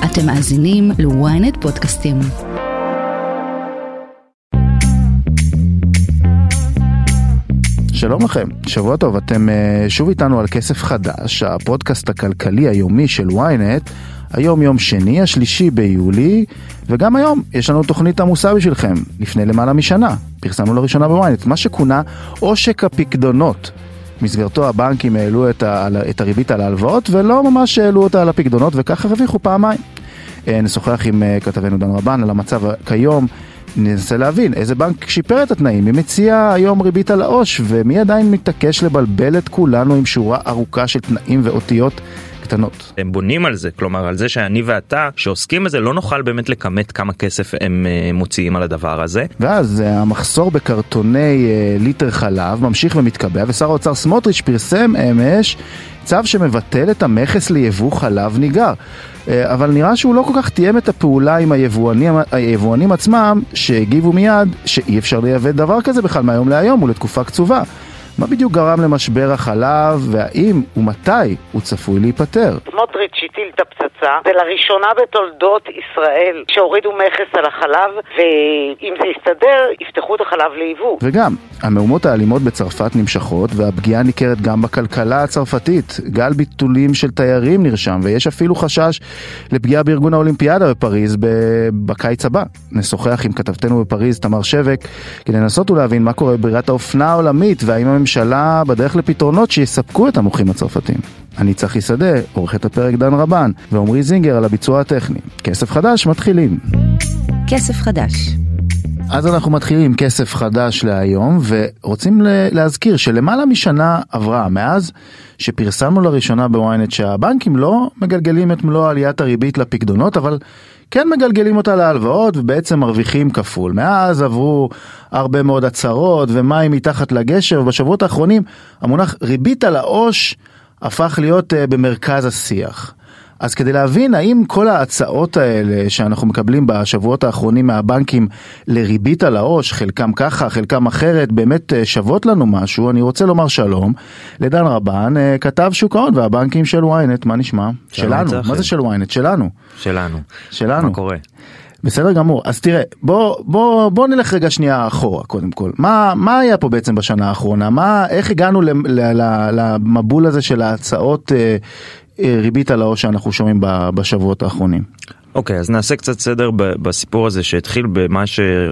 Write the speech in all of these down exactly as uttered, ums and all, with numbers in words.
אתם מאזינים ל-ynet פודקאסטים. שלום לכם, שבוע טוב, אתם שוב איתנו על כסף חדש, הפודקאסט הכלכלי היומי של ynet. היום יום שני, השלישי ביולי, וגם היום יש לנו תוכנית עמוסה בשבילכם. לפני למעלה משנה, פרסמנו לראשונה ב-ynet, מה שכונה עושק הפקדונות. מסגרתו הבנקים העלו את, ה- את הריבית על ההלוואות, ולא ממש העלו אותה על הפקדונות, וככה הרוויחו פעמיים. נשוחח עם כתבנו דן רבן על המצב כיום, ננסה להבין איזה בנק שיפר את התנאים, מי מציע היום ריבית על העו"ש, ומי עדיין מתעקש לבלבל את כולנו עם שורה ארוכה של תנאים ואותיות קטנות. הם בונים על זה, כלומר על זה שאני ואתה שעוסקים בזה לא נוכל באמת לכמת כמה כסף הם מוציאים על הדבר הזה. ואז המחסור בקרטוני ליטר חלב ממשיך ומתקבע, ושר האוצר סמוטריץ' פרסם אמש צו שמבטל את המכס ליבוא חלב ניגר. אבל נראה שהוא לא כל כך תיאם את הפעולה עם היבואנים, היבואנים עצמם שהגיבו מיד שאי אפשר לייבא דבר כזה בכלל מהיום להיום ולתקופה קצובה. מה בדיוק גרם למשבר החלב, והאם ומתי הוא צפוי להיפטר? סמוטריץ' הטיל את הפצצה, זה לראשונה בתולדות ישראל שהורידו מכס על החלב, ואם זה יסתדר, יפתחו את החלב ליבוא. וגם, המהומות האלימות בצרפת נמשכות, והפגיעה ניכרת גם בכלכלה הצרפתית. גל ביטולים של תיירים נרשם, ויש אפילו חשש לפגיעה בארגון האולימפיאדה בפריז בקיץ הבא. נשוחח עם כתבתנו בפריז, תמר שבק, כדי לנסות ולהבין מה קורה בבירת האופנה העולמית, והאם הממשלה בדרך לפתרונות שיספקו את המוחים הצרפתים. אני צחי שדה, עורכת הפרק דן רבן, ועומרי זינגר על הביצוע הטכני. כסף חדש, מתחילים. כסף חדש. אז אנחנו מתחילים כסף חדש להיום, ורוצים להזכיר שלמעלה משנה עברה, מאז שפרסמנו לראשונה ב-ynet שהבנקים לא מגלגלים את מלוא עליית הריבית לפקדונות, אבל כן מגלגלים אותה להלוואות ובעצם מרוויחים כפול. מאז עברו הרבה מאוד הצהרות ומים מתחת לגשר, ובשבועות האחרונים המונח ריבית על העו"ש הפך להיות במרכז השיח. אז כדי להבין האם כל ההצעות האלה שאנחנו מקבלים בשבועות האחרונים מהבנקים לריבית על העו"ש, חלקם ככה, חלקם אחרת, באמת שוות לנו משהו, אני רוצה לומר שלום לדן רבן, כתב שוק ההון והבנקים של ynet. מה נשמע? שלנו. מה זה של ynet? שלנו. שלנו. שלנו. מה קורה? בסדר גמור. אז תראה, בוא, בוא, בוא נלך רגע שנייה אחורה, קודם כל. מה, מה היה פה בעצם בשנה האחרונה? מה, איך הגענו למבול הזה של ההצעות ריבית על העו"ש שאנחנו שומעים בשבועות האחרונים? אוקיי, אז נעשה קצת סדר בסיפור הזה שהתחיל במה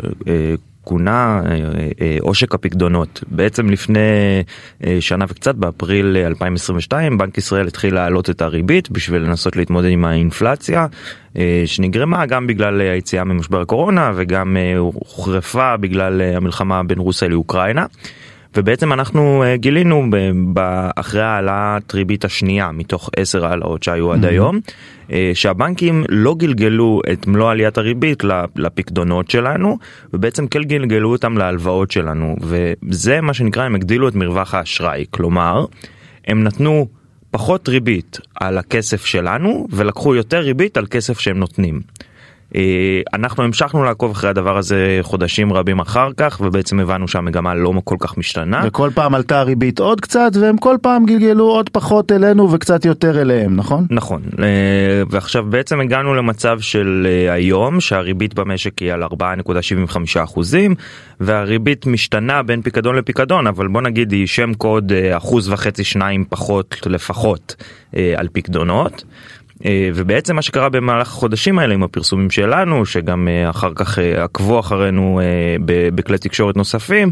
שכונה עושק הפקדונות. בעצם לפני שנה וקצת, באפריל אלפיים עשרים ושתיים, בנק ישראל התחיל להעלות את הריבית בשביל לנסות להתמודד עם האינפלציה, שנגרמה גם בגלל היציאה ממשבר הקורונה, וגם הוחרפה בגלל המלחמה בין רוסיה לאוקראינה. ובעצם אנחנו גילינו אחרי העלאת ריבית השנייה מתוך עשר העלאות שהיו עד היום, שהבנקים לא גלגלו את מלוא עליית הריבית לפקדונות שלנו, ובעצם כן גלגלו אותם להלוואות שלנו, וזה מה שנקרא, הם הגדילו את מרווח האשראי, כלומר, הם נתנו פחות ריבית על הכסף שלנו, ולקחו יותר ריבית על כסף שהם נותנים. אנחנו המשכנו לעקוב אחרי הדבר הזה חודשים רבים אחר כך, ובעצם הבנו שהמגמה לא כל כך משתנה. וכל פעם עלתה הריבית עוד קצת, והם כל פעם גלגלו עוד פחות אלינו וקצת יותר אליהם, נכון? נכון. ועכשיו בעצם הגענו למצב של היום, שהריבית במשק היא על ארבע נקודה שבעים וחמישה אחוזים, והריבית משתנה בין פיקדון לפיקדון, אבל בוא נגיד היא שם קוד אחוז וחצי שניים פחות לפחות על פיקדונות. ובעצם מה שקרה במהלך החודשים האלה עם הפרסומים שלנו, שגם אחר כך עקבו אחרינו בכלי תקשורת נוספים,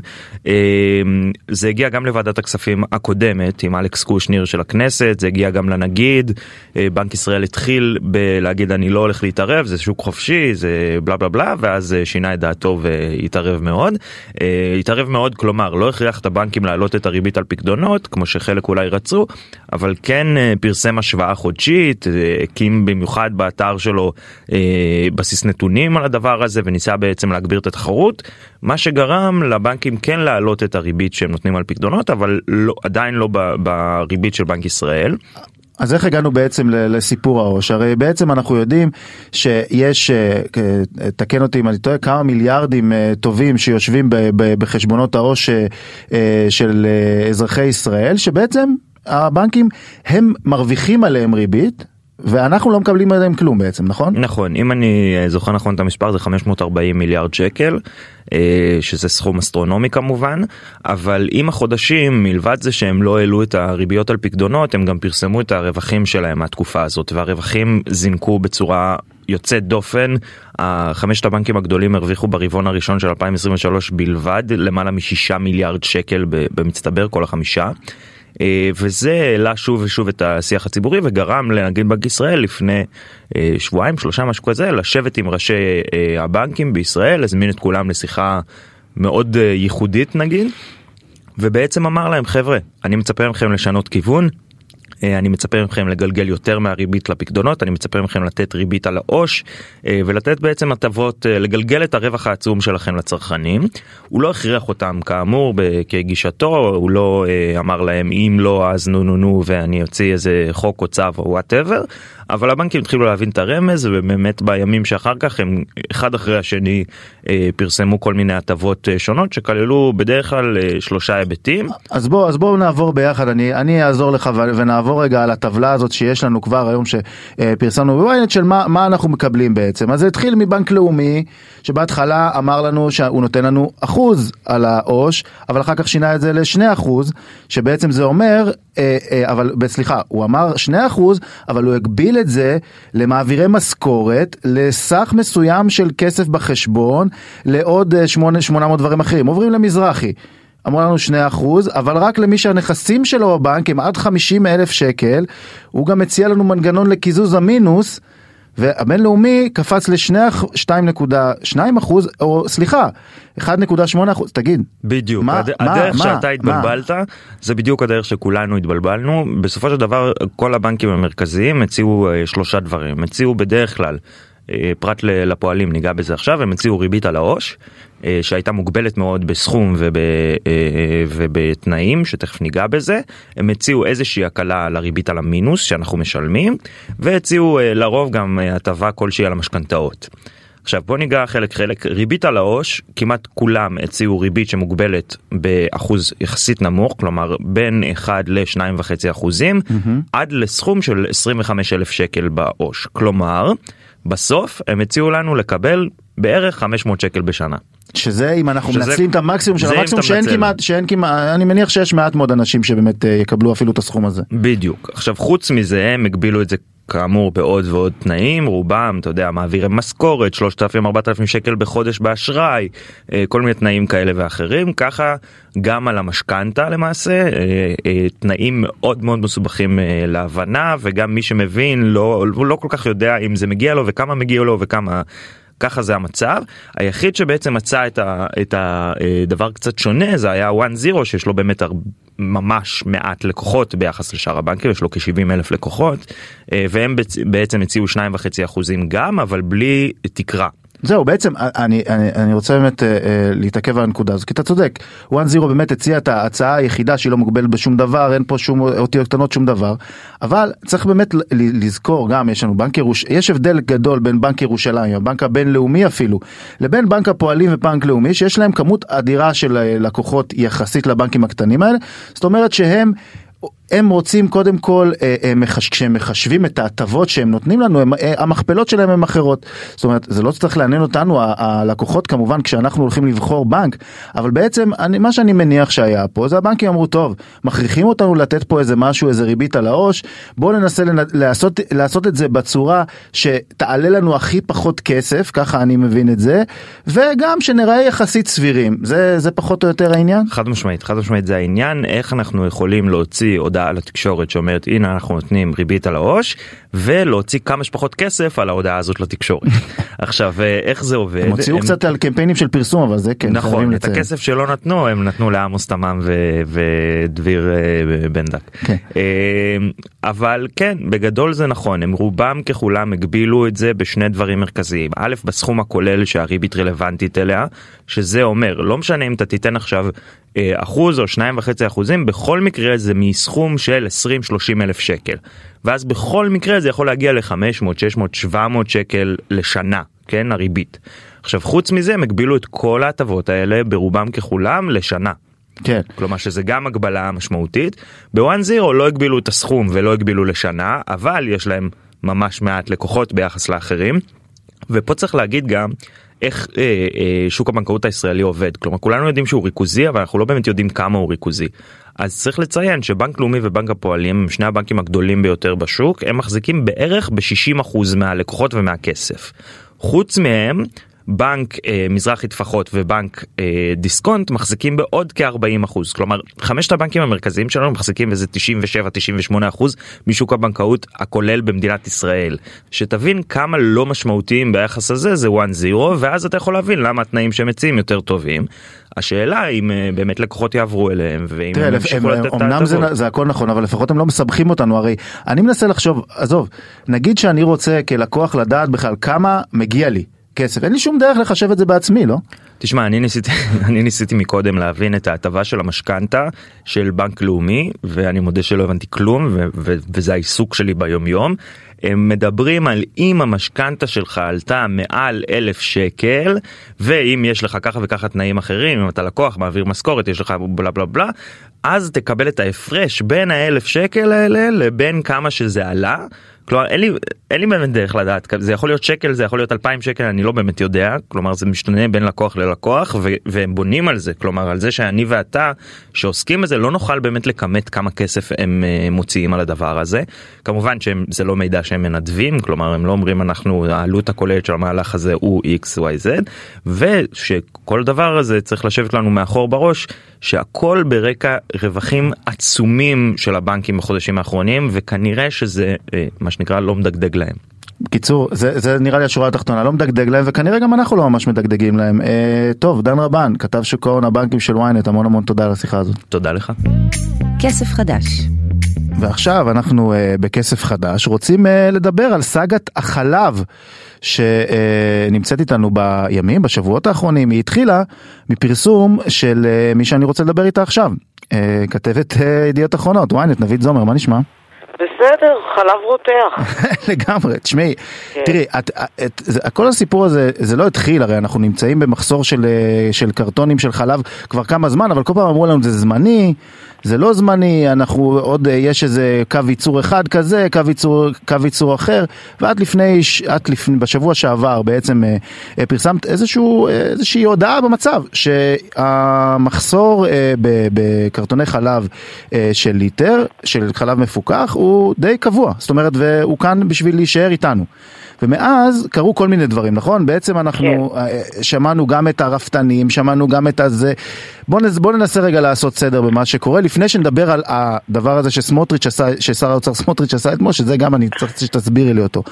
זה הגיע גם לוועדת הכספים הקודמת עם אלכס קושניר של הכנסת, זה הגיע גם לנגיד, בנק ישראל התחיל בלהגיד אני לא הולך להתערב, זה שוק חופשי, זה בלה בלה בלה, ואז שינה את דעתו והתערב מאוד. התערב מאוד, כלומר לא הכריח את הבנקים להעלות את הריבית על פקדונות, כמו שחלק אולי רצו, אבל כן פרסם השוואה חודשית, הקים במיוחד באתר שלו אה, בסיס נתונים על הדבר הזה, וניסה בעצם להגביר את התחרות, מה שגרם לבנקים כן להעלות את הריבית שהם נותנים על פקדונות, אבל לא, עדיין לא בריבית של בנק ישראל. אז איך הגענו בעצם לסיפור העו"ש? הרי בעצם אנחנו יודעים שיש, תקן אותי אם אני טועה, כמה מיליארדים טובים שיושבים בחשבונות העו"ש של אזרחי ישראל, שבעצם הבנקים הם מרוויחים עליהם ריבית, ואנחנו לא מקבלים עליהם כלום בעצם, נכון? נכון, אם אני זוכר נכון את המספר זה חמש מאות וארבעים מיליארד שקל, שזה סכום אסטרונומי כמובן, אבל עם החודשים, מלבד זה שהם לא העלו את הריביות על פקדונות, הם גם פרסמו את הרווחים שלהם מהתקופה הזאת, והרווחים זינקו בצורה יוצאת דופן. חמשת הבנקים הגדולים הרוויחו ברבעון הראשון של אלפיים עשרים ושלוש בלבד, למעלה משישה מיליארד שקל במצטבר כל החמישה. וזה העלה שוב ושוב את השיח הציבורי וגרם לנגיד בנק ישראל לפני שבועיים שלושה משהו כזה לשבת עם ראשי הבנקים בישראל, הזמין את כולם לשיחה מאוד ייחודית נגיד, ובעצם אמר להם חבר'ה, אני מצפה מכם לשנות כיוון, אני מצפה מכם לגלגל יותר מהריבית לפקדונות, אני מצפה מכם לתת ריבית על העו"ש ולתת בעצם הטבות, לגלגל את הרווח העצום שלכם לצרכנים. הוא לא הכריח אותם כאמור כגישתו, הוא לא אמר להם אם לא אז נו נו נו ואני אוציא איזה חוק או צו או whatever, אבל הבנקים התחילו להבין את הרמז, ובאמת בימים שאחר כך הם אחד אחרי השני פרסמו כל מיני הטבות שונות שכללו בדרך כלל שלושה היבטים. אז בואו אז בואו נעבור ביחד, אני אני אעזור לך ונעבור רגע על הטבלה הזאת שיש לנו כבר היום שפרסמנו בוויינט של מה מה אנחנו מקבלים בעצם. אז זה התחיל מבנק לאומי שבהתחלה אמר לנו שהוא נותן לנו אחוז על העו"ש, אבל אחר כך שינה את זה לשני אחוז, שבעצם זה אומר אבל סליחה, הוא אמר שני אחוז, אבל הוא הגביל את זה למעבירי משכורת, לסך מסוים של כסף בחשבון, לעוד שמונה מאות דברים אחרים. עוברים למזרחי, אמרו לנו שני אחוז, אבל רק למי שהנכסים שלו בבנק הם עד חמישים אלף שקל, הוא גם מציע לנו מנגנון לקיזוז המינוס, והבינלאומי קפץ ל-שתיים נקודה שתיים אחוז, או סליחה, אחד נקודה שמונה אחוז, תגיד. בדיוק, מה, הד... מה, הדרך מה, שאתה התבלבלת, מה? זה בדיוק הדרך שכולנו התבלבלנו. בסופו של דבר, כל הבנקים המרכזיים הציעו שלושה דברים. הציעו בדרך כלל, פרט לפועלים, ניגע בזה עכשיו, הם הציעו ריבית על העו"ש, שהייתה מוגבלת מאוד בסכום וב, ובתנאים, שתכף ניגע בזה. הם הציעו איזושהי הקלה על הריבית על המינוס שאנחנו משלמים, והציעו לרוב גם הטבה כלשהי על המשכנתאות. עכשיו בוא ניגע חלק חלק. ריבית על העו"ש, כמעט כולם הציעו ריבית שמוגבלת באחוז יחסית נמוך, כלומר בין אחד לשניים וחצי אחוזים, mm-hmm. עד לסכום של עשרים וחמישה אלף שקל בעו"ש. כלומר, בסוף הם הציעו לנו לקבל בערך חמש מאות שקל בשנה. שזה אם אנחנו מנצלים את המקסימום של המקסימום, שאין כמעט, שאין כמעט, אני מניח שיש מעט מאוד אנשים שבאמת יקבלו אפילו את הסכום הזה. בדיוק. עכשיו חוץ מזה הם הגבילו את זה כאמור בעוד ועוד תנאים, רובם, אתה יודע, מעבירי משכורת, שלושת אלפים ארבעת אלפים שקל בחודש באשראי, כל מיני תנאים כאלה ואחרים, ככה גם על המשכנתה למעשה, תנאים מאוד מאוד מסובכים להבנה, וגם מי שמבין לא, לא כל כך יודע אם זה מגיע לו וכמה מגיע לו וכמה, ככה זה המצב. היחיד שבעצם מצא את, ה, את הדבר קצת שונה, זה היה וואן זירו, שיש לו באמת הרבה, ממש מעט לקוחות ביחס לשאר הבנקים, יש לו כ-שבעים אלף לקוחות, והם בעצם הציעו שניים וחצי אחוזים גם, אבל בלי תקרה. זהו, בעצם אני, אני, אני רוצה באמת אה, להתעכב על הנקודה הזו, כי אתה צודק, וואן זירו באמת הציע את ההצעה היחידה שהיא לא מוגבלת בשום דבר, אין פה שום אותיות קטנות שום דבר, אבל צריך באמת לזכור, גם יש לנו בנק ירוש, יש הבדל גדול בין בנק ירושלים, הבנק הבינלאומי אפילו, לבין בנק הפועלים ובנק לאומי, שיש להם כמות אדירה של לקוחות יחסית לבנקים הקטנים האלה, זאת אומרת שהם הם רוצים קודם כל, כשהם מחשבים את ההטבות שהם נותנים לנו, המכפלות שלהם הם אחרות. זאת אומרת, זה לא צריך לעניין אותנו, הלקוחות כמובן, כשאנחנו הולכים לבחור בנק, אבל בעצם, מה שאני מניח שהיה פה, זה הבנקים אמרו, טוב, מכריחים אותנו לתת פה איזה משהו, איזה ריבית על העו"ש, בואו ננסה לעשות, לעשות את זה בצורה שתעלה לנו הכי פחות כסף, ככה אני מבין את זה, וגם שנראה יחסית סבירים. זה, זה פחות או יותר העניין? חד משמעית, חד משמעית זה העניין, איך אנחנו יכולים להוציא הודעה על התקשורת שאומרת, הנה אנחנו נותנים ריבית על העו"ש, ולהוציא כמה שפחות כסף על ההודעה הזאת לתקשורת. עכשיו, איך זה עובד? הם הוציאו קצת על קמפיינים של פרסום, אבל זה כן. נכון, את הכסף שלא נתנו, הם נתנו לעמוס תמם ודביר בן דק. אבל כן, בגדול זה נכון, הם רובם ככולם הגבילו את זה בשני דברים מרכזיים. א', בסכום הכולל שהריבית רלוונטית אליה, שזה אומר, לא משנה אם אתה תיתן עכשיו אחוז או שניים וחצי אחוזים, בכל מקרה זה מסכום של עשרים שלושים אלף שקל. ואז בכל מקרה זה יכול להגיע ל-חמש מאות, שש מאות, שבע מאות שקל לשנה, כן, הריבית. עכשיו, חוץ מזה, הם הגבילו את כל ההטבות האלה, ברובם ככולם, לשנה. כן. כלומר שזה גם הגבלה משמעותית. בוואן זירו לא הגבילו את הסכום ולא הגבילו לשנה, אבל יש להם ממש מעט לקוחות ביחס לאחרים. ופה צריך להגיד גם איך אה, אה, שוק הבנקאות הישראלי עובד. כלומר, כולנו יודעים שהוא ריכוזי, אבל אנחנו לא באמת יודעים כמה הוא ריכוזי. אז צריך לציין שבנק לאומי ובנק הפועלים, הם שני הבנקים הגדולים ביותר בשוק, הם מחזיקים בערך ב-שישים אחוז מהלקוחות ומהכסף. חוץ מהם, בנק אה, מזרחי טפחות ובנק אה, דיסקונט מחזיקים בעוד כ-ארבעים אחוז. כלומר, חמשת הבנקים המרכזיים שלנו מחזיקים איזה תשעים ושבע תשעים ושמונה אחוז משוק הבנקאות הכולל במדינת ישראל. שתבין כמה לא משמעותיים ביחס הזה זה one zero, ואז אתה יכול להבין למה התנאים שמציעים יותר טובים. השאלה אם באמת לקוחות יעברו אליהם, ואם תראה, הם ימשיכו לתת את ההטבות. אמנם זה, זה הכל נכון, אבל לפחות הם לא מסבכים אותנו. הרי אני מנסה לחשוב, עזוב, נגיד שאני רוצה כלקוח לדעת בכלל כמה מגיע לי כסף, אין לי שום דרך לחשב את זה בעצמי, לא? תשמע, אני ניסיתי, אני ניסיתי מקודם להבין את ההטבה של המשכנתה של בנק לאומי, ואני מודה שלא הבנתי כלום, ו- ו- וזה העיסוק שלי ביום יום. הם מדברים על אם המשכנתה שלך עלתה מעל אלף שקל, ואם יש לך ככה וככה תנאים אחרים, אם אתה לקוח, מעביר משכורת, יש לך בלה בלה בלה, אז תקבל את ההפרש בין האלף שקל האלה לבין כמה שזה עלה. כלומר, אין לי, אין לי באמת דרך לדעת, זה יכול להיות שקל, זה יכול להיות אלפיים שקל, אני לא באמת יודע, כלומר זה משתנה בין לקוח ללקוח, ו- והם בונים על זה, כלומר על זה שאני ואתה שעוסקים בזה, לא נוכל באמת לכמת כמה כסף הם uh, מוציאים על הדבר הזה, כמובן שזה לא מידע שהם מנדבים, כלומר הם לא אומרים אנחנו, העלות הכוללת של המהלך הזה הוא X, Y, Z, ושכל דבר הזה צריך לשבת לנו מאחור בראש, שהכל ברקע רווחים עצומים של הבנקים בחודשים האחרונים, וכנראה שזה מה שנקרא לא מדגדג להם. בקיצור, זה, זה נראה לי השורה התחתונה, לא מדגדג להם, וכנראה גם אנחנו לא ממש מדגדגים להם. אה, טוב, דן רבן, כתב שוק ההון הבנקים של וויינט, המון המון תודה על השיחה הזאת. תודה לך. כסף חדש. ועכשיו אנחנו uh, בכסף חדש רוצים uh, לדבר על סאגת החלב שנמצאת uh, איתנו בימים, בשבועות האחרונים. היא התחילה מפרסום של uh, מי שאני רוצה לדבר איתה עכשיו, uh, כתבת uh, ידיעות אחרונות, וויינט, נבית זומר, מה נשמע? בסדר, חלב רותח. לגמרי, תשמעי, תראי, את, את, זה, כל הסיפור הזה, זה לא התחיל, הרי אנחנו נמצאים במחסור של, של קרטונים של חלב כבר כמה זמן, אבל כל פעם אמרו לנו זה זמני, זה לא זמני, אנחנו עוד, יש איזה קו ייצור אחד כזה, קו ייצור, קו ייצור אחר, ואת לפני, את לפני, בשבוע שעבר בעצם פרסמת איזשהו, איזושהי הודעה במצב, שהמחסור בקרטוני חלב של ליטר, של חלב מפוקח, הוא די קבוע, זאת אומרת, והוא כאן בשביל להישאר איתנו. ומאז קרו כל מיני דברים, נכון? בעצם אנחנו כן. שמענו גם את הרפתנים, שמענו גם את הזה. בוא, נס, בוא ננסה רגע לעשות סדר במה שקורה, לפני שנדבר על הדבר הזה שסמוטריץ' עשה, ששר האוצר סמוטריץ' עשה אתמול, שזה גם אני צריך שתסבירי לי אותו.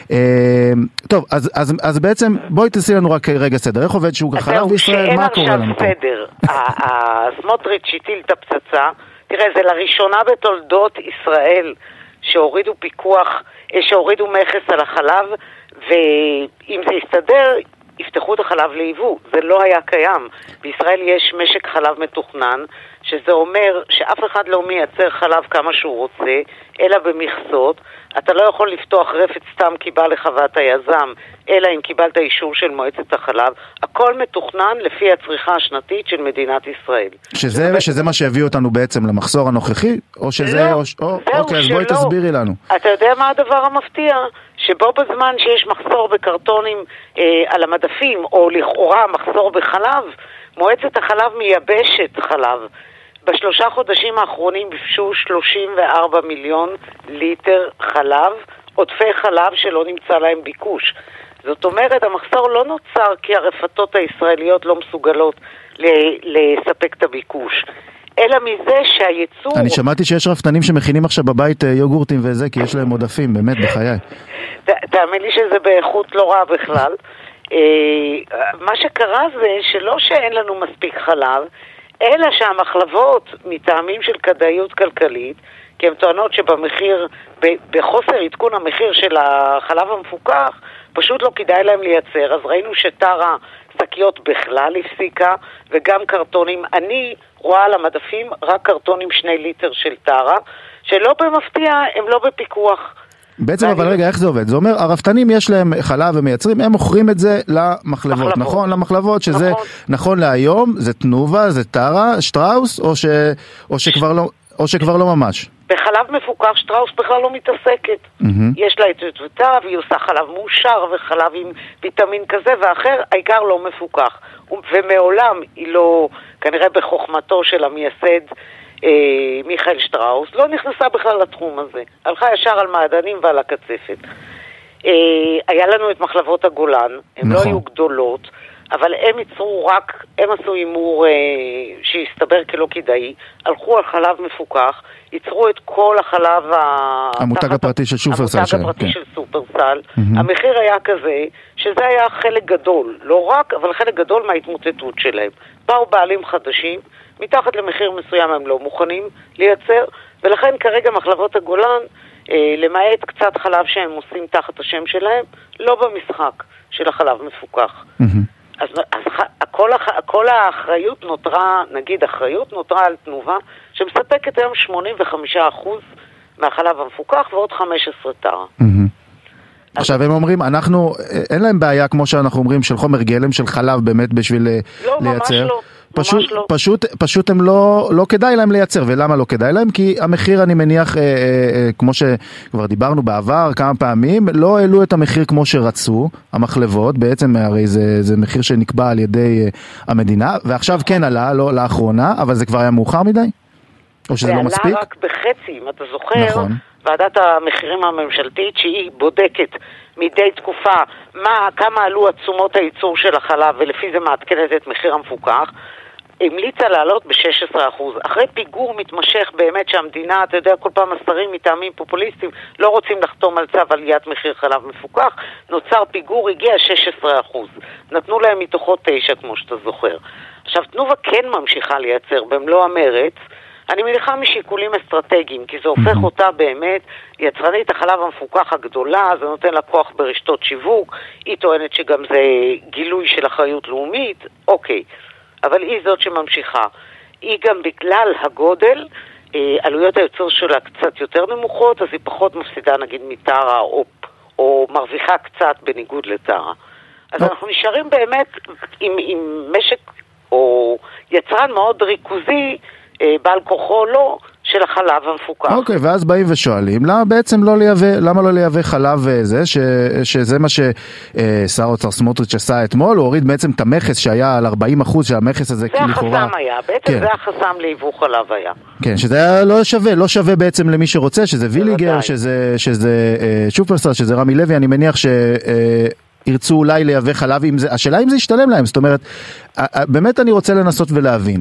טוב, אז, אז, אז בעצם בואי תעשי לנו רק רגע סדר. איך עובד שוק החלב בישראל? מה קורה לנו פה? סדר. סמוטריץ' הטיל את הפצצה. תראה, זה לראשונה בתולדות ישראל שהורידו פיקוח, שהורידו מכס על החלב, ואם זה יסתדר, יפתחו את החלב ליבוא. זה לא היה קיים. בישראל יש משק חלב מתוכנן, שזה אומר שאף אחד לא מייצר חלב כמה שהוא רוצה, אלא במכסות. אתה לא יכול לפתוח רפת סתם כי בא לחוות היזם, אלא אם קיבלת אישור של מועצת החלב. הכל מתוכנן לפי הצריכה השנתית של מדינת ישראל. שזה, שזה מה שהביא אותנו בעצם למחסור הנוכחי? או שזה... לא, או, או, אוקיי, אז בואי תסבירי לנו. אתה יודע מה הדבר המפתיע? שבו בזמן שיש מחסור בקרטונים אה, על המדפים, או לכאורה מחסור בחלב, מועצת החלב מייבשת חלב. בשלושה חודשים האחרונים בפשו שלושים וארבעה מיליון ליטר חלב, עודפי חלב שלא נמצא להם ביקוש. זאת אומרת, המחסור לא נוצר כי הרפתות הישראליות לא מסוגלות לספק את הביקוש, אלא מזה שהייצור... אני שמעתי שיש רפתנים שמכינים עכשיו בבית יוגורטים וזה, כי יש להם עודפים, באמת, בחיי. תאמין לי שזה באיכות לא רע בכלל. מה שקרה זה שלא שאין לנו מספיק חלב, אלא שהמחלבות מטעמים של כדאיות כלכלית, כי הן טוענות שבמחיר, בחוסר עדכון המחיר של החלב המפוקח, פשוט לא כדאי להם לייצר. אז ראינו שטרה שקיות בכלל הפסיקה, וגם קרטונים. אני רואה על המדפים רק קרטונים שני ליטר של טרה, שלא במפתיע הם לא בפיקוח. בעצם אבל רגע, איך זה עובד? זה אומר, הרפתנים יש להם חלב ומייצרים, הם מוכרים את זה למחלבות, נכון? למחלבות, שזה נכון להיום, זה תנובה, זה טרה, שטראוס, או שכבר לא... או שכבר לא ממש? בחלב מפוקח שטראוס בכלל לא מתעסקת. Mm-hmm. יש לה את עטותיו, והיא עושה חלב מאושר וחלב עם ויטמין כזה ואחר, העיקר לא מפוקח. ומעולם היא לא, כנראה בחוכמתו של המייסד אה, מיכאל שטראוס, לא נכנסה בכלל לתחום הזה. הלכה ישר על מעדנים ועל הקצפת. אה, היה לנו את מחלבות הגולן, הן נכון. לא היו גדולות, אבל הם ייצרו רק, הם עשו אימור אה, שהסתבר כלא כדאי, הלכו על חלב מפוקח, ייצרו את כל החלב המותג הפרטי של שופרסל, המותג הפרטי של סופרסל. המחיר היה כזה שזה היה חלק גדול, לא רק, אבל חלק גדול מההתמוטטות שלהם. באו בעלים חדשים, מתחת למחיר מסוים הם לא מוכנים לייצר, ולכן כרגע מחלבות הגולן, אה, למעט קצת חלב שהם עושים תחת השם שלהם, לא במשחק של החלב מפוקח. אז, אז כל, כל האחריות נותרה, נגיד אחריות נותרה על תנובה, שמספקת היום שמונים וחמישה אחוז מהחלב המפוקח ועוד חמש עשרה טרה. עכשיו הם אומרים, אנחנו, אין להם בעיה כמו שאנחנו אומרים של חומר גלם, של חלב באמת בשביל לא, לייצר. ממש לא. פשוט, פשוט, פשוט הם לא, לא כדאי להם לייצר. ולמה לא כדאי להם? כי המחיר, אני מניח, אה, אה, כמו שכבר דיברנו בעבר כמה פעמים, לא העלו את המחיר כמו שרצו, המחלבות, בעצם הרי זה, זה מחיר שנקבע על ידי אה, המדינה, ועכשיו כן עלה, לא לאחרונה, אבל זה כבר היה מאוחר מדי? או שזה לא מספיק? זה עלה רק בחצי, אם אתה זוכר, נכון. ועדת המחירים הממשלתית, שהיא בודקת מדי תקופה מה, כמה עלו עצומות הייצור של החלב, ולפי זה מעדכנת את מחיר המפוקח, המליצה לעלות ב-שש עשרה אחוז. אחרי פיגור מתמשך באמת שהמדינה, אתה יודע, כל פעם השרים מטעמים פופוליסטיים לא רוצים לחתום על צו עליית מחיר חלב מפוקח, נוצר פיגור, הגיע שש עשרה אחוז. נתנו להם מתוכו תשע, כמו שאתה זוכר. עכשיו, תנובה כן ממשיכה לייצר במלוא המרץ, אני מניחה משיקולים אסטרטגיים, כי זה הופך אותה באמת יצרנית החלב המפוקח הגדולה, זה נותן לה כוח ברשתות שיווק, היא טוענת שגם זה גילוי של אחריות לאומית, אוקיי. אבל היא זאת שממשיכה. היא גם בגלל הגודל, עלויות הייצור שלה קצת יותר נמוכות, אז היא פחות מפסידה נגיד מטרה או, או מרוויחה קצת בניגוד לטרה. אז לא. אנחנו נשארים באמת עם, עם משק או יצרן מאוד ריכוזי, בעל כוחו לא, של החלב המפוקח. אוקיי, ואז באים ושואלים, למה בעצם לא לייבא, למה לא לייבא חלב זה, ש, שזה מה ששר האוצר סמוטריץ' עשה אתמול, הוא הוריד בעצם את המכס שהיה על ארבעים אחוז, שהמכס הזה זה לכאורה... החסם היה, בעצם כן. זה החסם ליבוא חלב היה. כן, שזה היה לא שווה, לא שווה בעצם למי שרוצה, שזה ויליגר, שזה, שזה אה, שופרסל, שזה רמי לוי, אני מניח ש... אה, ירצו אולי לייבא חלב, השאלה אם זה ישתלם להם, זאת אומרת, באמת אני רוצה לנסות ולהבין,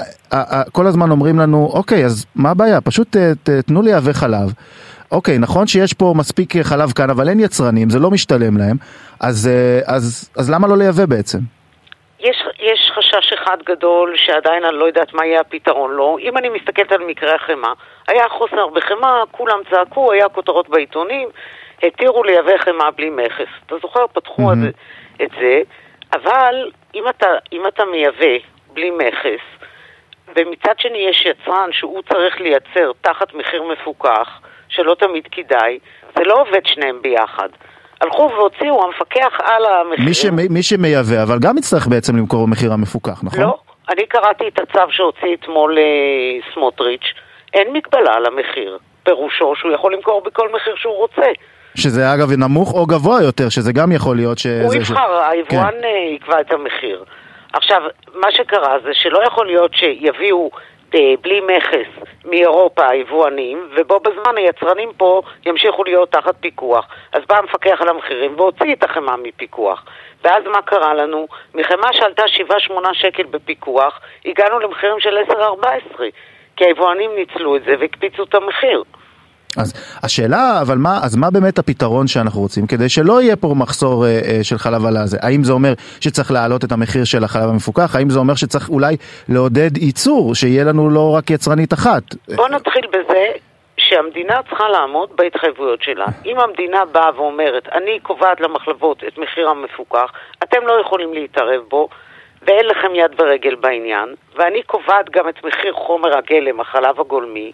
כל הזמן אומרים לנו, אוקיי, אז מה הבעיה? פשוט תנו לי לייבא חלב, אוקיי, נכון שיש פה מספיק חלב כאן, אבל אין יצרנים, זה לא משתלם להם, אז, אז, אז למה לא לייבא בעצם? יש, יש חשש אחד גדול שעדיין אני לא יודעת מה יהיה הפתרון לו. אם אני מסתכלת על מקרה החמה, היה חוסר בחמה, כולם צעקו, היה כותרות בעיתונים, התירו לייבא חמה בלי מכס. אתה זוכר, פתחו mm-hmm. את זה, אבל אם אתה, אם אתה מייבא בלי מכס, ומצד שני יש יצרן שהוא צריך לייצר תחת מחיר מפוקח, שלא תמיד כדאי, זה לא עובד שניהם ביחד. הלכו והוציאו, המפקח על המחירים. מי, ש, מי שמייבא, אבל גם יצטרך בעצם למכור במחיר המפוקח, נכון? לא, אני קראתי את הצו שהוציא אתמול סמוטריץ', אין מגבלה על המחיר, פירושו שהוא יכול למכור בכל מחיר שהוא רוצה. שזה אגב נמוך או גבוה יותר, שזה גם יכול להיות ש... הוא יבחר, ש... היבואן כן. יקבע את המחיר. עכשיו, מה שקרה זה שלא יכול להיות שיביאו בלי מכס מאירופה היבואנים, ובו בזמן היצרנים פה ימשיכו להיות תחת פיקוח. אז בא המפקח על המחירים והוציא את החמה מפיקוח. ואז מה קרה לנו? מחמה שעלתה שבעה שמונה שקל בפיקוח, הגענו למחירים של עשר ארבע עשרה, כי היבואנים ניצלו את זה והקפיצו את המחיר. אז השאלה, אבל מה, אז מה באמת הפתרון שאנחנו רוצים, כדי שלא יהיה פה מחסור אה, של חלב על הזה? האם זה אומר שצריך להעלות את המחיר של החלב המפוקח? האם זה אומר שצריך אולי לעודד ייצור, שיהיה לנו לא רק יצרנית אחת? בוא נתחיל בזה שהמדינה צריכה לעמוד בהתחייבויות שלה. אם המדינה באה ואומרת, אני קובעת למחלבות את מחיר המפוקח, אתם לא יכולים להתערב בו, ואין לכם יד ורגל בעניין, ואני קובעת גם את מחיר חומר הגלם, החלב הגולמי,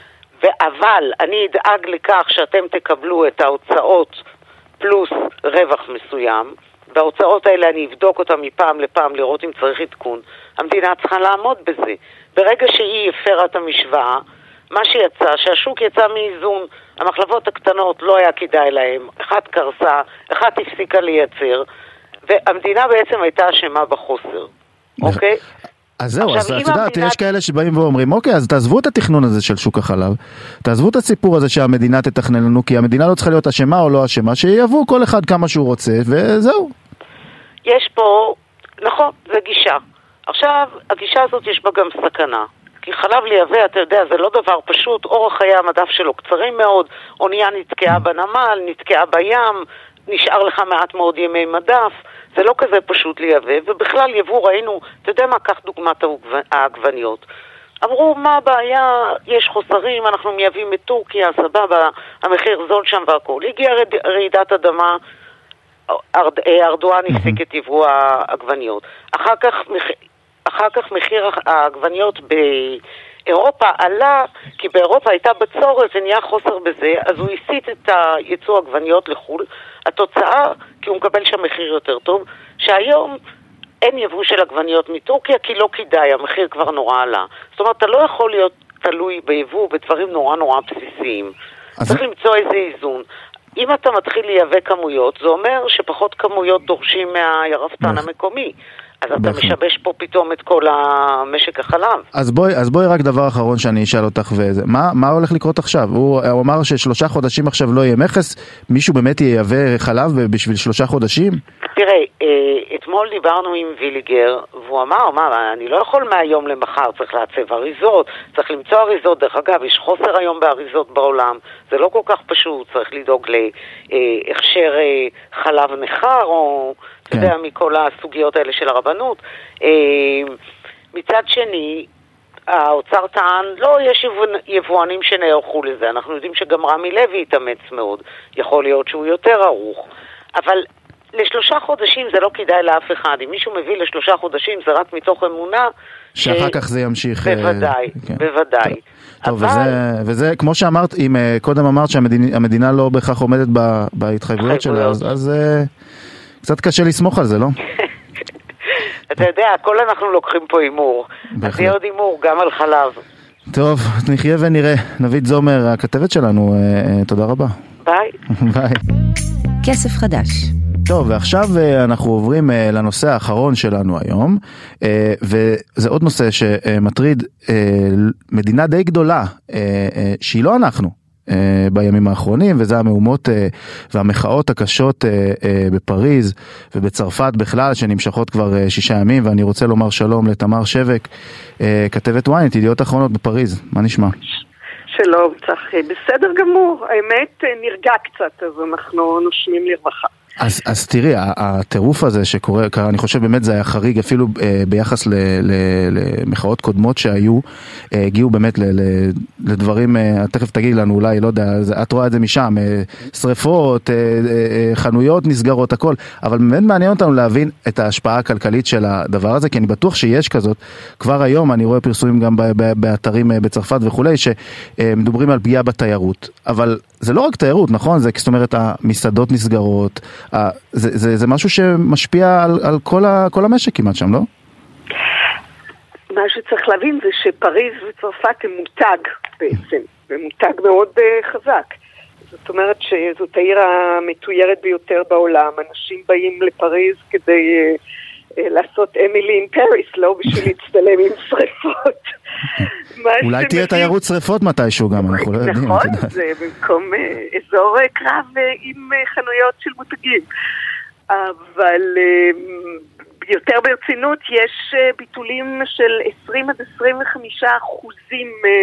אבל אני אדאג לכך שאתם תקבלו את ההוצאות פלוס רווח מסוים, וההוצאות האלה אני אבדוק אותם מפעם לפעם לראות אם צריך עדכון. המדינה צריכה לעמוד בזה. ברגע שהיא הפרה את המשוואה, מה שיצא, שהשוק יצא מאיזון, המחלבות הקטנות לא היה כדאי להם, אחת קרסה, אחת הפסיקה לייצר, והמדינה בעצם הייתה אשמה בחוסר, אוקיי? אז זהו, אז את יודעת, יש כאלה שבאים ואומרים, אוקיי, אז תעזבו את התכנון הזה של שוק החלב, תעזבו את הסיפור הזה שהמדינה תתכנן לנו, כי המדינה לא צריכה להיות אשמה או לא אשמה, שיבוא כל אחד כמה שהוא רוצה, וזהו. יש פה, נכון, זה גישה. עכשיו, הגישה הזאת יש בה גם סכנה. כי חלב לייבא, אתה יודע, זה לא דבר פשוט, אורך חיי המדף שלו קצרים מאוד, אונייה נתקעה בנמל, נתקעה בים, נשאר לך מעט מאוד ימי מדף, זה לא כזה פשוט לייבא, ובכלל יבוא ראינו, אתה יודע מה, קח דוגמת העגבניות. אמרו, מה הבעיה, יש חוסרים, אנחנו מייבאים את טורקיה, סבבה, המחיר זול שם והכל. הגיעה רעידת אדמה, ארדואן הפסיק את יבוא העגבניות. אחר כך, אחר כך מחיר העגבניות באירופה עלה, כי באירופה הייתה בצורת ונהיה חוסר בזה, אז הוא הסיט את הייצוא העגבניות לחול. התוצאה, כי הוא מקבל שם מחיר יותר טוב, שהיום אין יבוא של עגבניות מטורקיה, כי לא כדאי, המחיר כבר נורא עלה. זאת אומרת, אתה לא יכול להיות תלוי ביבוא בדברים נורא נורא בסיסיים. צריך למצוא איזה איזון. אם אתה מתחיל לייבא כמויות, זה אומר שפחות כמויות דורשים מהירפתן המקומי. אז אתה משבש פה פתאום את כל המשק החלב. אז בואי, אז בואי רק דבר אחרון שאני אשאל אותך, וזה, מה, מה הולך לקרות עכשיו? הוא, הוא אמר ששלושה חודשים עכשיו לא יהיה מכס, מישהו באמת ייבא חלב בשביל שלושה חודשים? תראה, אתמול דיברנו עם ויליגר, והוא אמר, מה, אני לא יכול מהיום למחר, צריך לעצב אריזות, צריך למצוא אריזות, דרך אגב, יש חוסר היום באריזות בעולם, זה לא כל כך פשוט, צריך לדאוג להכשר חלב נחר, או אתה יודע, מכל הסוגיות האלה של הרבנות. מצד שני, האוצר טען, לא, יש יבואנים שנערכו לזה, אנחנו יודעים שגם רמי לוי התאמץ מאוד, יכול להיות שהוא יותר ערוך, אבל לשלושה חודשים זה לא כדאי לאף אחד. אם מישהו מביא לשלושה חודשים זה רק מתוך אמונה שאחר ש... כך זה ימשיך. בוודאי, כן. בוודאי. טוב, אבל... וזה, וזה כמו שאמרת, אם קודם אמרת שהמדינה לא בהכרח עומדת בהתחייבויות שלה, אז, אז קצת קשה לסמוך על זה, לא? אתה יודע, הכל אנחנו לוקחים פה אימור. אז יהיה עוד אימור גם על חלב. טוב, נחיה ונראה. נבית זומר, הכתבת שלנו, תודה רבה. ביי. ביי. כסף חדש. טוב, ועכשיו אנחנו עוברים לנושא האחרון שלנו היום, וזה עוד נושא שמטריד מדינה די גדולה, שהיא לא אנחנו, בימים האחרונים, וזה המהומות והמחאות הקשות בפריז ובצרפת בכלל, שנמשכות כבר שישה ימים, ואני רוצה לומר שלום לתמר שבק, כתבת ynet, ידיעות אחרונות בפריז. מה נשמע? שלום, צחי. בסדר גמור. האמת נרגע קצת, אז אנחנו נושמים לרווחה. אז, אז תראי, הטירוף הזה שקורה, אני חושב באמת זה היה חריג, אפילו ביחס ל, ל, למחאות קודמות שהיו, הגיעו באמת ל, ל, לדברים, תכף תגיד לנו אולי, לא יודע, את רואה את זה משם, שריפות, חנויות נסגרות, הכל, אבל באמת מעניין אותנו להבין את ההשפעה הכלכלית של הדבר הזה, כי אני בטוח שיש כזאת, כבר היום אני רואה פרסומים גם באתרים בצרפת וכולי, שמדברים על פגיעה בתיירות, אבל זה לא רק תיירות, נכון? זה, זאת אומרת, המסעדות נסגרות, זה, זה, זה משהו שמשפיע על, על כל, ה, כל המשק כמעט שם, לא? מה שצריך להבין זה שפריז וצרפת הם מותג בעצם, ומותג מאוד uh, חזק. זאת אומרת שזאת העיר המתוירת ביותר בעולם. אנשים באים לפריז כדי uh, uh, לעשות אמילי אין פריס, לא בשביל להצטלם עם שריפות. אולי תהיה תיירות שריפות מתישהו גם, אנחנו לא יודעים. נכון, זה במקום אזור קרב עם חנויות של מותגים. אבל יותר ברצינות יש ביטולים של עשרים עד עשרים וחמישה אחוזים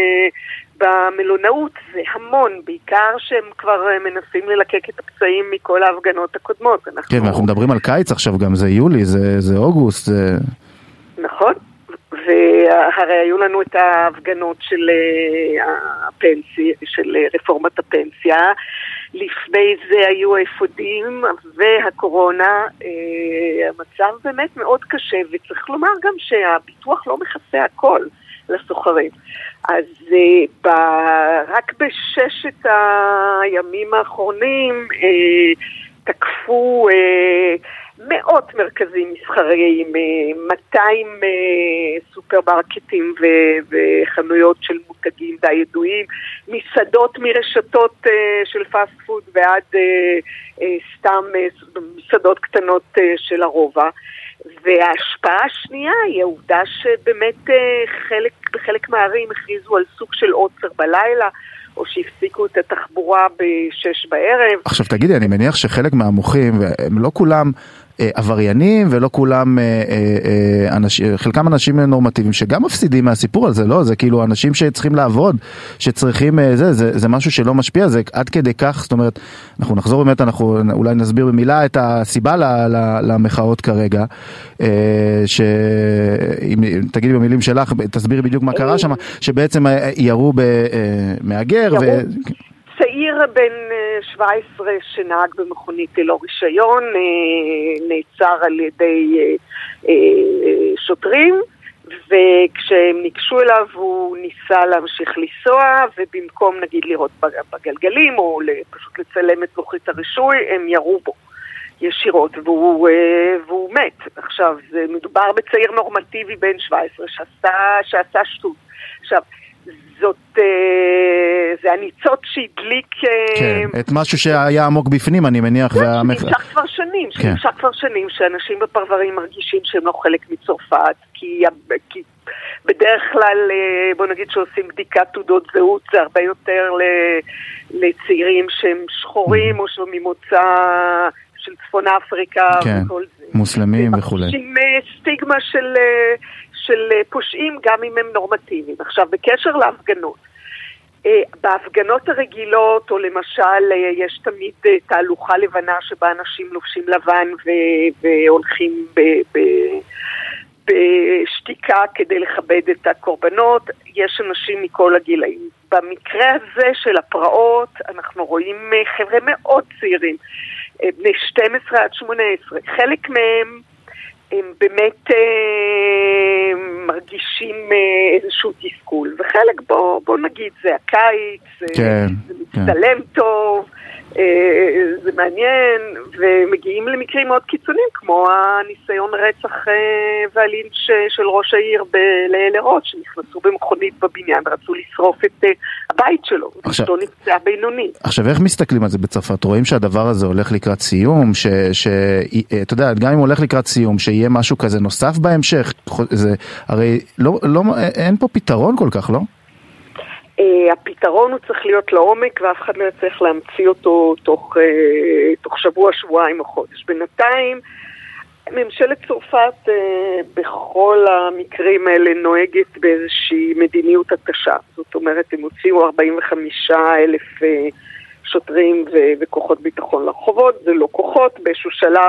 במלונאות, זה המון, בעיקר שהם כבר מנסים ללקק את הפצעים מכל ההפגנות הקודמות. כן, ואנחנו מדברים על קיץ עכשיו גם, זה יולי, זה אוגוסט. נכון. והרי היו לנו את ההפגנות של הפנסיה, של רפורמת הפנסיה, לפני זה היו האפודים והקורונה, המצב באמת מאוד קשה, וצריך לומר גם שהביטוח לא מכסה הכל לסוחרים. אז ב, רק בששת הימים האחרונים תקפו מאות מרכזים מסחריים, מאתיים סופרמרקטים וחנויות של מותגים די ידועים, מסעדות מרשתות של פאסט פוד ועד סתם מסעדות קטנות של הרובע. וההשפעה השנייה היא העובדה שבאמת חלק, בחלק מהערים הכריזו על סוג של עוצר בלילה, או שהפסיקו את התחבורה בשש בערב. עכשיו תגידי, אני מניח שחלק מהמוחים, הם לא כולם אה, עבריינים, ולא כולם, אה, אה, אנשים, חלקם אנשים נורמטיביים, שגם מפסידים מהסיפור הזה, לא? זה כאילו אנשים שצריכים לעבוד, שצריכים, אה, זה, זה, זה משהו שלא משפיע, זה עד כדי כך, זאת אומרת, אנחנו נחזור באמת, אנחנו אולי נסביר במילה את הסיבה ל, ל, למחאות כרגע, אה, שאם תגידי במילים שלך, תסבירי בדיוק מה קרה שם, שבעצם ירו במאגר, ו... צעיר בן שבע עשרה שנהג במכונית ללא רישיון, נעצר על ידי שוטרים, וכשהם ניגשו אליו הוא ניסה להמשיך לנסוע, ובמקום נגיד לראות בגלגלים או פשוט לצלם את לוחית הרישוי, הם ירו בו ישירות, והוא, והוא מת. עכשיו, זה מדובר בצעיר נורמטיבי בן שבע עשרה שעשה, שעשה שטות. עכשיו, זאת, זה הניצוץ שהדליק... כן, את משהו שהיה עמוק בפנים, אני מניח. כן, שנמשך כבר שנים, שנמשך כבר שנים, שאנשים בפרברים מרגישים שהם לא חלק מצרפת, כי, כי בדרך כלל, בוא נגיד שעושים בדיקת תעודות זהות, זה הרבה יותר לצעירים שהם שחורים, או שממוצא של צפון אפריקה, כן, מוסלמים וכו'. עם סטיגמה של... של פושעים גם אם הם נורמטיביים. עכשיו, בקשר להפגנות, בהפגנות הרגילות, או למשל, יש תמיד תהלוכה לבנה שבה אנשים לובשים לבן והולכים בשתיקה כדי לכבד את הקורבנות, יש אנשים מכל הגילאים. במקרה הזה של הפרעות, אנחנו רואים חבר'ה מאוד צעירים, בני שתים עשרה עד שמונה עשרה. חלק מהם הם באמת אה, מרגישים אה, איזשהו תסכול, וחלק בוא, בוא נגיד זה הקיץ, כן, זה מצטלם כן. טוב, אה, זה מעניין, ומגיעים למקרים מאוד קיצוניים, כמו הניסיון רצח אה, והלינץ' של ראש העיר בלרוט, שנכנסו במכונית בבניין ורצו לשרוף את אה, הבית שלו, ואשתו נפצעה בינוני. עכשיו, איך מסתכלים על זה בצרפת? רואים שהדבר הזה הולך לקראת סיום, ש, ש, אתה יודע, גם אם הולך לקראת סיום, שיהיה משהו כזה נוסף בהמשך, זה, הרי לא, לא, אין פה פתרון כל כך, לא? הפתרון הוא צריך להיות לעומק, ואף אחד לא צריך להמציא אותו תוך, תוך שבוע, שבועיים או חודש. בינתיים, ממשלת צרפת בכל המקרים האלה נוהגת באיזושהי מדיניות התשה. זאת אומרת, הם הוציאו ארבעים וחמישה אלף שוטרים וכוחות ביטחון לרחובות, זה לא כוחות, באיזשהו שלב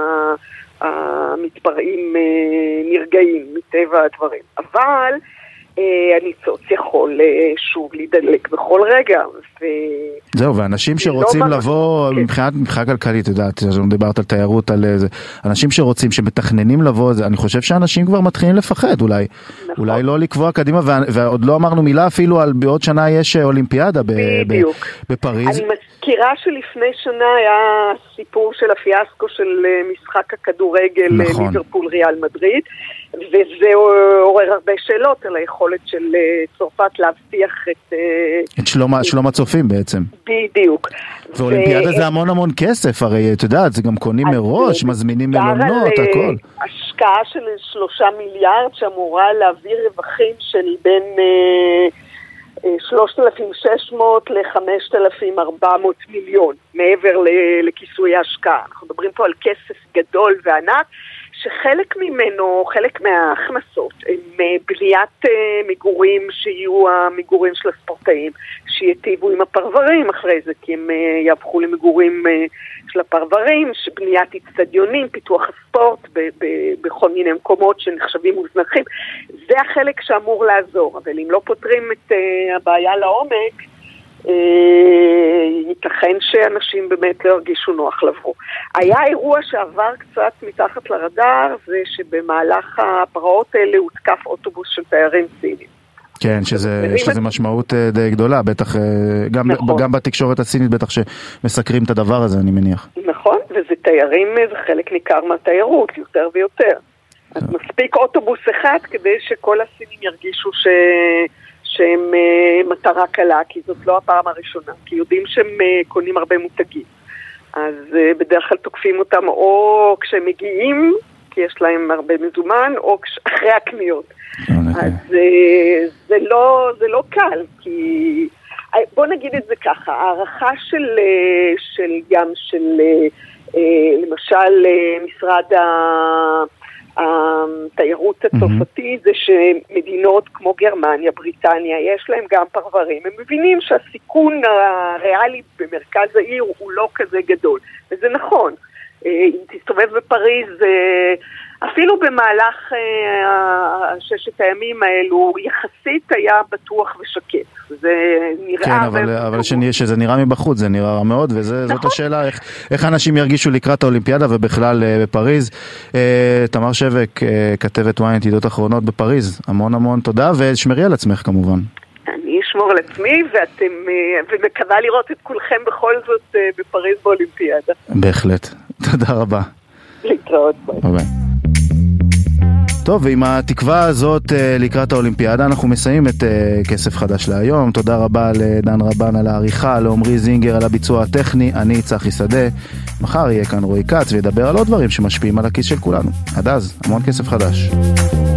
המתפרעים נרגעים מטבע הדברים. אבל הניצוץ יכול שוב להידלק בכל רגע. זהו, ואנשים שרוצים לבוא, מבחינת מבחינה כלכלית, יודעת, דיברת על תיירות, על זה, אנשים שרוצים, שמתכננים לבוא, אני חושב שאנשים כבר מתחילים לפחד, אולי, אולי לא לקבוע קדימה, ועוד לא אמרנו מילה אפילו על בעוד שנה יש אולימפיאדה בפריז. אני מזכירה שלפני שנה היה סיפור של הפיאסקו של משחק הכדורגל ליברפול ריאל מדריד, וזה עורר הרבה שאלות על היכולת של צרפת להבטיח את... את שלום, שלום הצופים בעצם. בדיוק. ואולימפיאדה זה המון המון כסף, הרי את יודעת, זה גם קונים מראש, מזמינים מלונות, הכל. השקעה של שלושה מיליארד שאמורה להעביר רווחים של בין שלושת אלפים ושש מאות ל-חמשת אלפים וארבע מאות מיליון, מעבר לכיסוי ההשקעה. אנחנו מדברים פה על כסף גדול וענק, שחלק ממנו, חלק מההכנסות, הם בניית מגורים שיהיו המגורים של הספורטאים, שיטיבו עם הפרברים אחרי זה, כי הם יהפכו למגורים של הפרברים, בניית אצטדיונים, פיתוח הספורט ב- ב- בכל מיני מקומות שנחשבים מוזנחים. זה החלק שאמור לעזור, אבל אם לא פותרים את הבעיה לעומק, ייתכן שאנשים באמת לא הרגישו נוח לבוא. היה אירוע שעבר קצת מתחת לרדאר, זה שבמהלך הפרעות האלה הותקף אוטובוס של תיירים סינים. כן, שזה, יש לזה משמעות די גדולה, בטח, גם, נכון. גם בתקשורת הסינית בטח שמסקרים את הדבר הזה, אני מניח. נכון, וזה תיירים, זה חלק ניכר מהתיירות, יותר ויותר. אז מספיק אוטובוס אחד כדי שכל הסינים ירגישו ש... שהם uh, מטרה קלה, כי זאת לא הפעם הראשונה, כי יודעים שהם uh, קונים הרבה מותגים. אז uh, בדרך כלל תוקפים אותם או כשהם מגיעים, כי יש להם הרבה מזומן, או כש... אחרי הקניות. אז uh, זה, לא, זה לא קל, כי... בוא נגיד את זה ככה, הערכה של, uh, של ים של, uh, uh, למשל, uh, משרד ה... התיירות הצרפתי זה שמדינות כמו גרמניה, בריטניה, יש להם גם פרברים. הם מבינים שהסיכון הריאלי במרכז העיר הוא לא כזה גדול. וזה נכון. אם תסתובב בפריז, אפילו במהלך ששת הימים האלו, יחסית היה בטוח ושקט. זה נראה... כן, אבל, אבל שאני, שזה נראה מבחוץ, זה נראה רע מאוד, וזאת נכון. השאלה, איך, איך אנשים ירגישו לקראת האולימפיאדה ובכלל בפריז. תמר שבק, כתבת וויינט ידיעות אחרונות בפריז, המון המון תודה, ושמרי על עצמך כמובן. אני אשמור על עצמי, ואתם, ומקווה לראות את כולכם בכל זאת בפריז באולימפיאדה. בהחלט. תודה רבה. להתראות. ביי. ביי. טוב, ועם התקווה הזאת לקראת האולימפיאדה אנחנו מסיים את כסף חדש להיום. תודה רבה לדן רבן על העריכה, לעומרי זינגר על הביצוע הטכני, אני צחי שדה. מחר יהיה כאן רועי קץ וידבר על עוד דברים שמשפיעים על הכיס של כולנו. עד אז, המון כסף חדש.